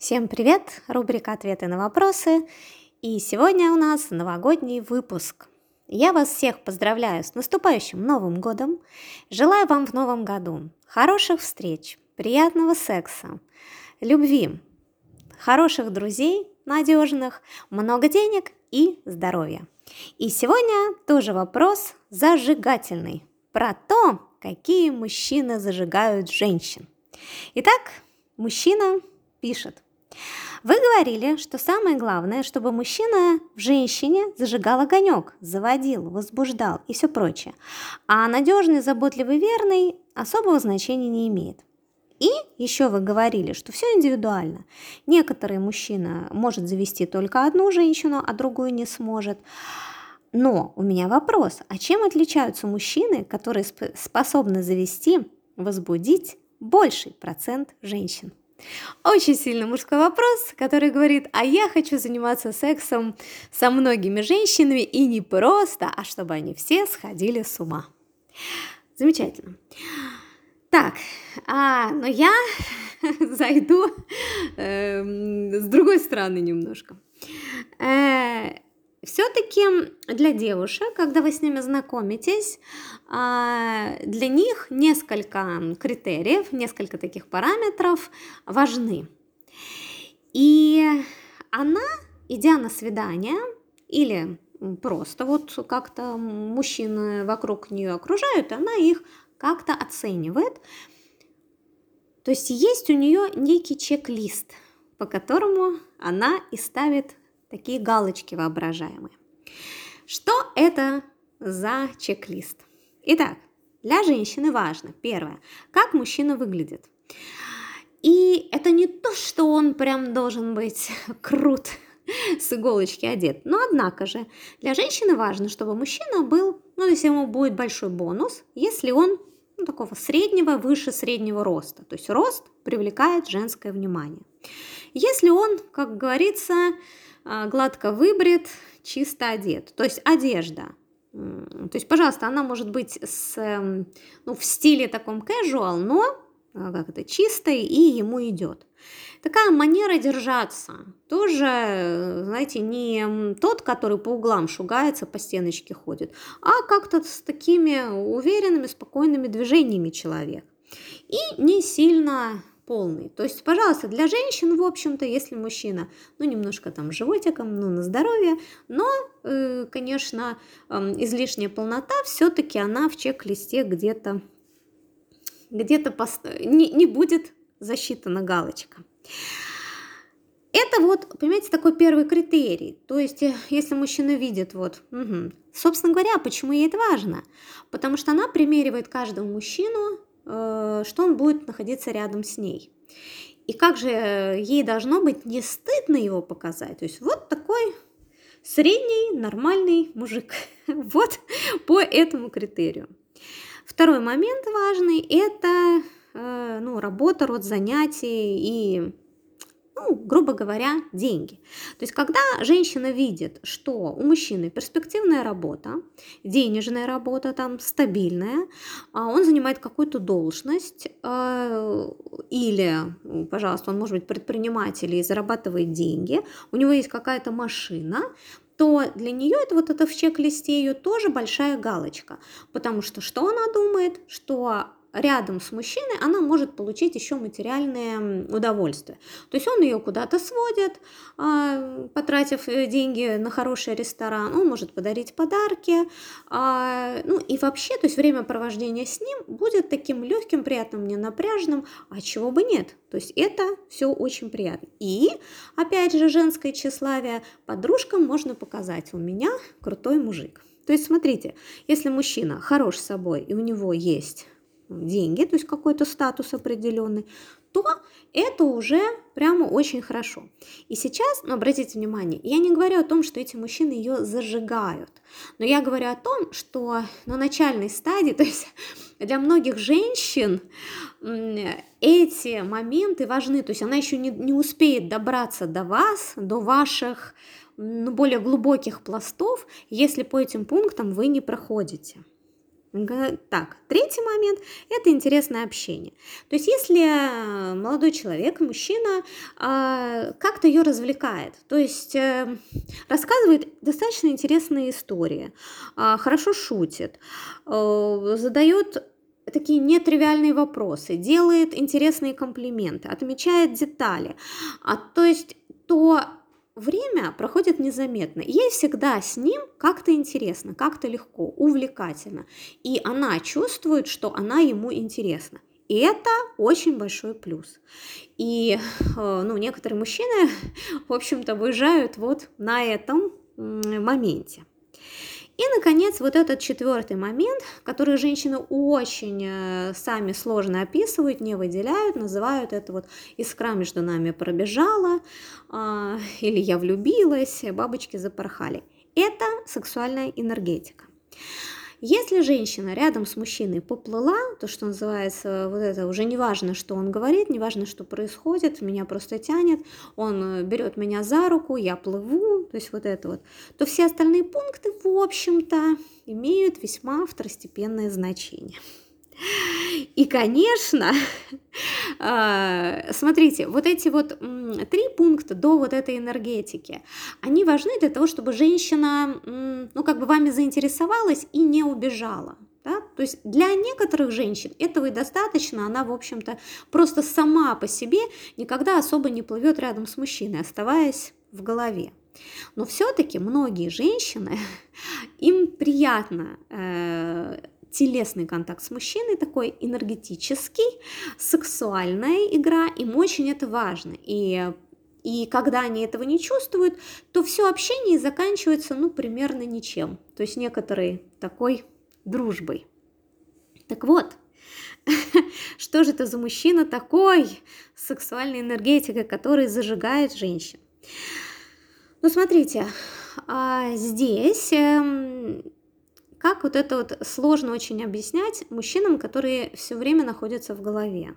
Всем привет! Рубрика «Ответы на вопросы». И сегодня у нас новогодний выпуск. Я вас всех поздравляю с наступающим Новым годом. Желаю вам в новом году хороших встреч, приятного секса, любви, хороших друзей, надежных, много денег и здоровья. И сегодня тоже вопрос зажигательный про то, какие мужчины зажигают женщин. Итак, мужчина пишет. Вы говорили, что самое главное, чтобы мужчина в женщине зажигал огонек, заводил, возбуждал и все прочее. А надежный, заботливый, верный особого значения не имеет. И еще вы говорили, что все индивидуально. Некоторый мужчина может завести только одну женщину, а другую не сможет. Но у меня вопрос, а чем отличаются мужчины, которые способны завести, возбудить больший процент женщин? Очень сильно мужской вопрос, который говорит, а я хочу заниматься сексом со многими женщинами и не просто, а чтобы они все сходили с ума. Замечательно. Так, но я зайду с другой стороны немножко. Все-таки для девушек, когда вы с ними знакомитесь, для них несколько критериев, несколько таких параметров важны. И она, идя на свидание или просто вот как-то мужчины вокруг нее окружают, она их как-то оценивает. То есть есть у нее некий чек-лист, по которому она и ставит такие галочки воображаемые. Что это за чек-лист? Итак, для женщины важно, первое, как мужчина выглядит. И это не то, что он прям должен быть крут, с иголочки одет. Но однако же, для женщины важно, чтобы мужчина был, то есть ему будет большой бонус, если он такого среднего, выше среднего роста. То есть рост привлекает женское внимание. Если он, как говорится, гладко выбрит, чисто одет. То есть одежда. То есть, пожалуйста, она может быть в стиле таком casual, но чистой и ему идет. Такая манера держаться. Тоже, знаете, не тот, который по углам шугается, по стеночке ходит, а как-то с такими уверенными, спокойными движениями человек. И не сильно полный. То есть, пожалуйста, для женщин, в общем-то, если мужчина, немножко там животиком, на здоровье, но, конечно, излишняя полнота, все-таки она в чек-листе где-то не будет засчитана галочка. Это понимаете, такой первый критерий. То есть, если мужчина видит Собственно говоря, почему ей это важно? Потому что она примеривает каждому мужчину, что он будет находиться рядом с ней. И как же ей должно быть не стыдно его показать? То есть вот такой средний нормальный мужик. Вот по этому критерию. Второй момент важный – это работа, род занятий и, грубо говоря, деньги. То есть когда женщина видит, что у мужчины перспективная работа, денежная работа, там стабильная, он занимает какую-то должность или, пожалуйста, он может быть предприниматель и зарабатывает деньги, у него есть какая-то машина, то для нее это в чек-листе ее тоже большая галочка, потому что она думает, что рядом с мужчиной она может получить еще материальное удовольствие. То есть он ее куда-то сводит, потратив деньги на хороший ресторан, он может подарить подарки, и вообще, то есть времяпровождение с ним будет таким легким, приятным, не напряженным, а чего бы нет. То есть это все очень приятно. И, опять же, женское тщеславие, подружкам можно показать, у меня крутой мужик. То есть смотрите, если мужчина хорош собой и у него есть деньги, то есть какой-то статус определенный, то это уже прямо очень хорошо. И сейчас, обратите внимание, я не говорю о том, что эти мужчины ее зажигают, но я говорю о том, что на начальной стадии, то есть для многих женщин эти моменты важны, то есть она еще не успеет добраться до вас, до ваших более глубоких пластов, если по этим пунктам вы не проходите. Так, третий момент– это интересное общение. То есть если молодой человек, мужчина, как-то ее развлекает, то есть рассказывает достаточно интересные истории, хорошо шутит, задает такие нетривиальные вопросы, делает интересные комплименты, отмечает детали, то есть то время проходит незаметно. Ей всегда с ним как-то интересно, как-то легко, увлекательно. И она чувствует, что она ему интересна. И это очень большой плюс. И некоторые мужчины, в общем-то, выезжают вот на этом моменте. И, наконец, вот этот четвертый момент, который женщины очень сами сложно описывают, не выделяют, называют это вот «искра между нами пробежала», или «я влюбилась», «бабочки запорхали». Это сексуальная энергетика. Если женщина рядом с мужчиной поплыла, то, что называется, вот это уже не важно, что он говорит, не важно, что происходит, меня просто тянет, он берет меня за руку, я плыву, то есть вот это вот, то все остальные пункты, в общем-то, имеют весьма второстепенное значение. И, конечно, смотрите, вот эти вот 3 пункта до вот этой энергетики, они важны для того, чтобы женщина, вами заинтересовалась и не убежала. Да? То есть для некоторых женщин этого и достаточно, она, в общем-то, просто сама по себе никогда особо не плывет рядом с мужчиной, оставаясь в голове. Но все-таки многие женщины, им приятно телесный контакт с мужчиной, такой энергетический, сексуальная игра, им очень это важно. И когда они этого не чувствуют, то все общение заканчивается, примерно ничем. То есть некоторой такой дружбой. Так вот, что же это за мужчина такой с сексуальной энергетикой, который зажигает женщин? Смотрите, здесь как вот это вот сложно очень объяснять мужчинам, которые все время находятся в голове.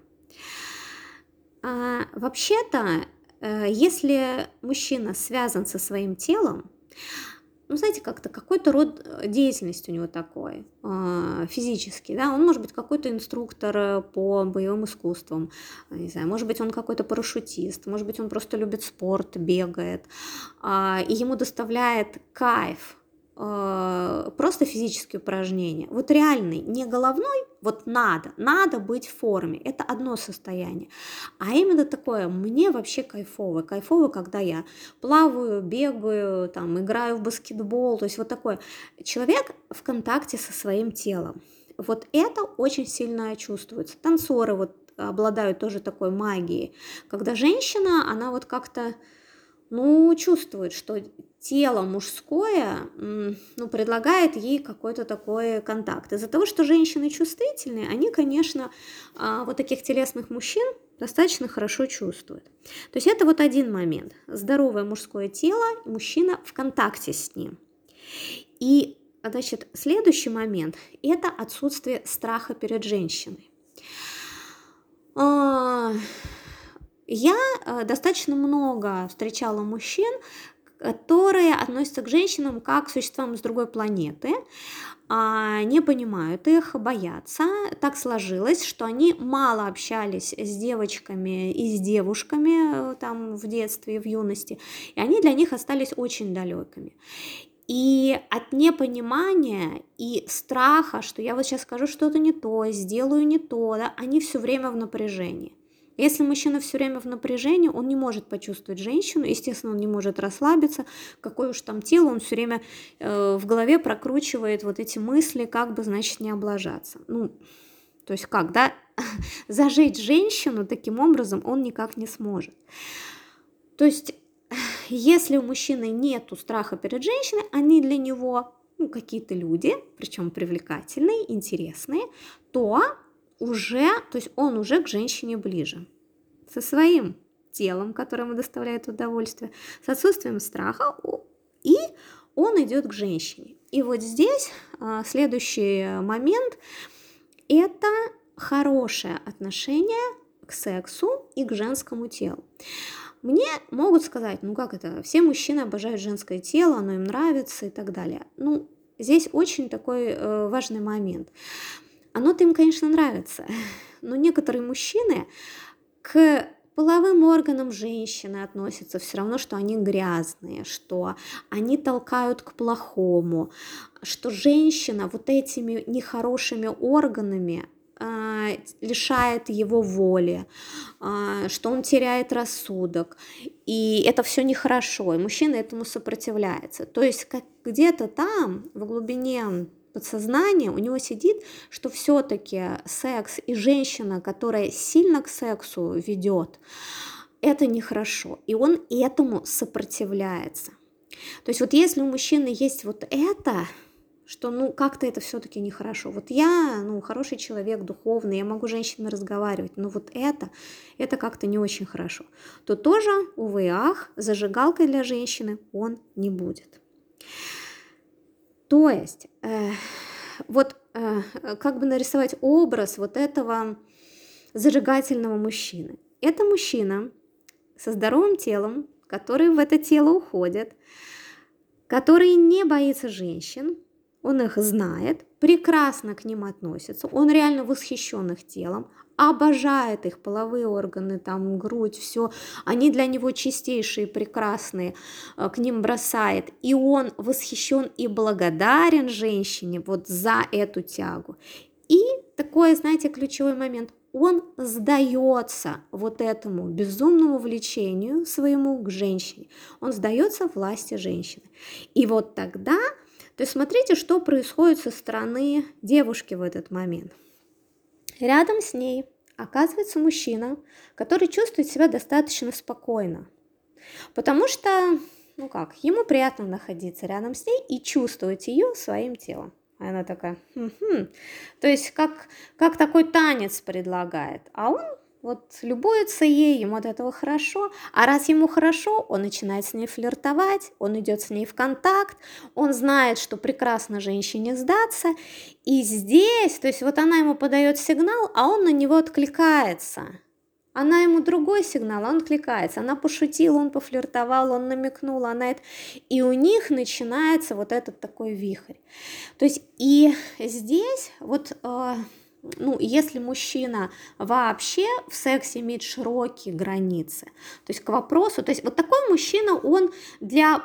Вообще-то, если мужчина связан со своим телом, знаете, как-то какой-то род деятельности у него такой, физический, да, он может быть какой-то инструктор по боевым искусствам, не знаю, может быть, он какой-то парашютист, может быть, он просто любит спорт, бегает, и ему доставляет кайф просто физические упражнения. Вот реальный, не головной, вот надо быть в форме, это одно состояние. А именно такое, мне вообще кайфово, когда я плаваю, бегаю, там, играю в баскетбол, то есть вот такое. Человек в контакте со своим телом. Вот это очень сильно чувствуется. Танцоры вот обладают тоже такой магией, когда женщина, она вот как-то, чувствует, что тело мужское, предлагает ей какой-то такой контакт. Из-за того, что женщины чувствительные, они, конечно, вот таких телесных мужчин достаточно хорошо чувствуют. То есть это вот один момент. Здоровое мужское тело, мужчина в контакте с ним. И, значит, следующий момент – это отсутствие страха перед женщиной. Я достаточно много встречала мужчин, которые относятся к женщинам как к существам с другой планеты, не понимают их, боятся. Так сложилось, что они мало общались с девочками и с девушками там в детстве, в юности, и они для них остались очень далекими. И от непонимания и страха, что я вот сейчас скажу что-то не то, сделаю не то, да, они все время в напряжении. Если мужчина все время в напряжении, он не может почувствовать женщину, естественно, он не может расслабиться, какое уж там тело, он все время в голове прокручивает вот эти мысли, как бы, значит, не облажаться. То есть как, да, зажечь женщину таким образом он никак не сможет. То есть если у мужчины нету страха перед женщиной, они для него, какие-то люди, причем привлекательные, интересные, то есть он уже к женщине ближе. Со своим телом, которое ему доставляет удовольствие, с отсутствием страха, и он идет к женщине. И вот здесь следующий момент – это хорошее отношение к сексу и к женскому телу. Мне могут сказать, как это, все мужчины обожают женское тело, оно им нравится и так далее. здесь очень такой важный момент. Оно-то им, конечно, нравится, но некоторые мужчины к половым органам женщины относятся все равно, что они грязные, что они толкают к плохому, что женщина вот этими нехорошими органами лишает его воли, что он теряет рассудок, и это все нехорошо, и мужчина этому сопротивляется. То есть как где-то там, в глубине подсознания, у него сидит, что все-таки секс и женщина, которая сильно к сексу ведет, это нехорошо, и он этому сопротивляется. То есть вот если у мужчины есть вот это, что, ну, как-то это все-таки нехорошо. Вот я, ну, хороший человек, духовный, я могу с женщинами разговаривать, но вот это как-то не очень хорошо. То тоже, увы и ах, зажигалкой для женщины он не будет. То есть, как бы нарисовать образ вот этого зажигательного мужчины. Это мужчина со здоровым телом, который в это тело уходит, который не боится женщин, он их знает, прекрасно к ним относится, он реально восхищен их телом, обожает их половые органы, там, грудь, все, они для него чистейшие, прекрасные, к ним бросает, и он восхищен и благодарен женщине вот за эту тягу. И такой, знаете, ключевой момент, он сдается вот этому безумному влечению своему к женщине, он сдается власти женщины. И вот тогда, то есть смотрите, что происходит со стороны девушки в этот момент. Рядом с ней оказывается мужчина, который чувствует себя достаточно спокойно, потому что, ну как, ему приятно находиться рядом с ней и чувствовать ее своим телом. А она такая, то есть как такой танец предлагает, а он вот любуется ей, ему от этого хорошо, а раз ему хорошо, он начинает с ней флиртовать, он идет с ней в контакт, он знает, что прекрасно женщине сдаться, и здесь, то есть вот она ему подает сигнал, а он на него откликается. Она ему другой сигнал, он откликается. Она пошутила, он пофлиртовал, он намекнул, она это... И у них начинается вот этот такой вихрь. То есть и здесь вот... Ну, если мужчина вообще в сексе имеет широкие границы, то есть к вопросу, то есть вот такой мужчина, он для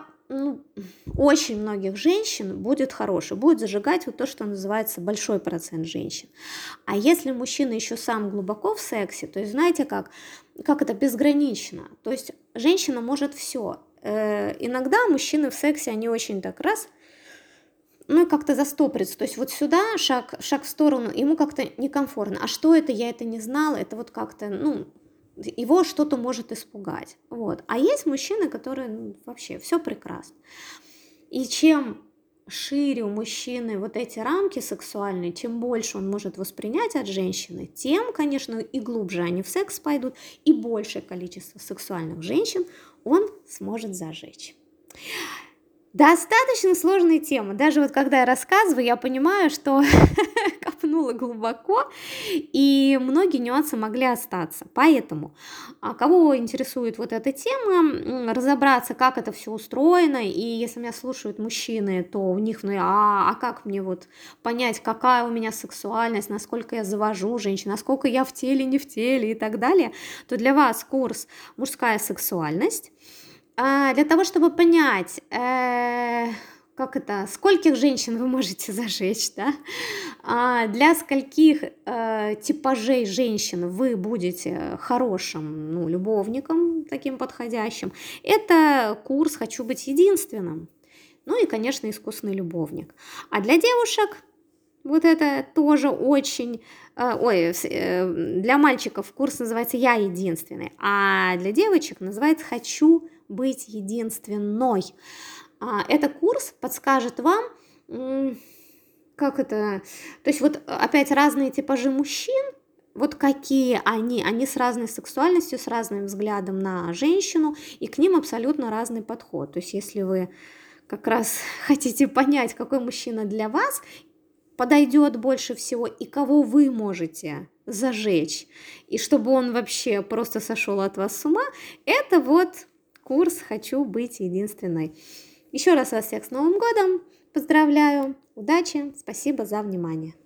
очень многих женщин будет хороший, будет зажигать вот то, что называется большой процент женщин. А если мужчина еще сам глубоко в сексе, то есть знаете как это безгранично, то есть женщина может все. Иногда мужчины в сексе, они очень так раз... Ну и как-то застопорится, то есть вот сюда шаг в сторону, ему как-то некомфортно. А что это, я это не знала, это вот как-то, его что-то может испугать. Вот. А есть мужчины, которые вообще все прекрасно. И чем шире у мужчины вот эти рамки сексуальные, чем больше он может воспринять от женщины, тем, конечно, и глубже они в секс пойдут, и большее количество сексуальных женщин он сможет зажечь. Достаточно сложная тема. Даже вот когда я рассказываю, я понимаю, что копнула глубоко, и многие нюансы могли остаться. Поэтому, кого интересует вот эта тема, разобраться, как это все устроено, и если меня слушают мужчины, то у них, как мне вот понять, какая у меня сексуальность, насколько я завожу женщин, насколько я в теле, не в теле и так далее, то для вас курс «Мужская сексуальность». Для того, чтобы понять, скольких женщин вы можете зажечь, да? Для скольких типажей женщин вы будете хорошим, любовником таким подходящим. Это курс «Хочу быть единственным». Ну и, конечно, искусный любовник. А для девушек вот это тоже очень... для мальчиков курс называется «Я единственный», а для девочек называется «Хочу быть единственной». Это курс подскажет вам, то есть вот опять разные типажи мужчин, вот какие они с разной сексуальностью, с разным взглядом на женщину, и к ним абсолютно разный подход. То есть если вы как раз хотите понять, какой мужчина для вас подойдет больше всего и кого вы можете зажечь, и чтобы он вообще просто сошел от вас с ума, это вот курс «Хочу быть единственной». Еще раз вас всех с Новым годом! Поздравляю, удачи, спасибо за внимание.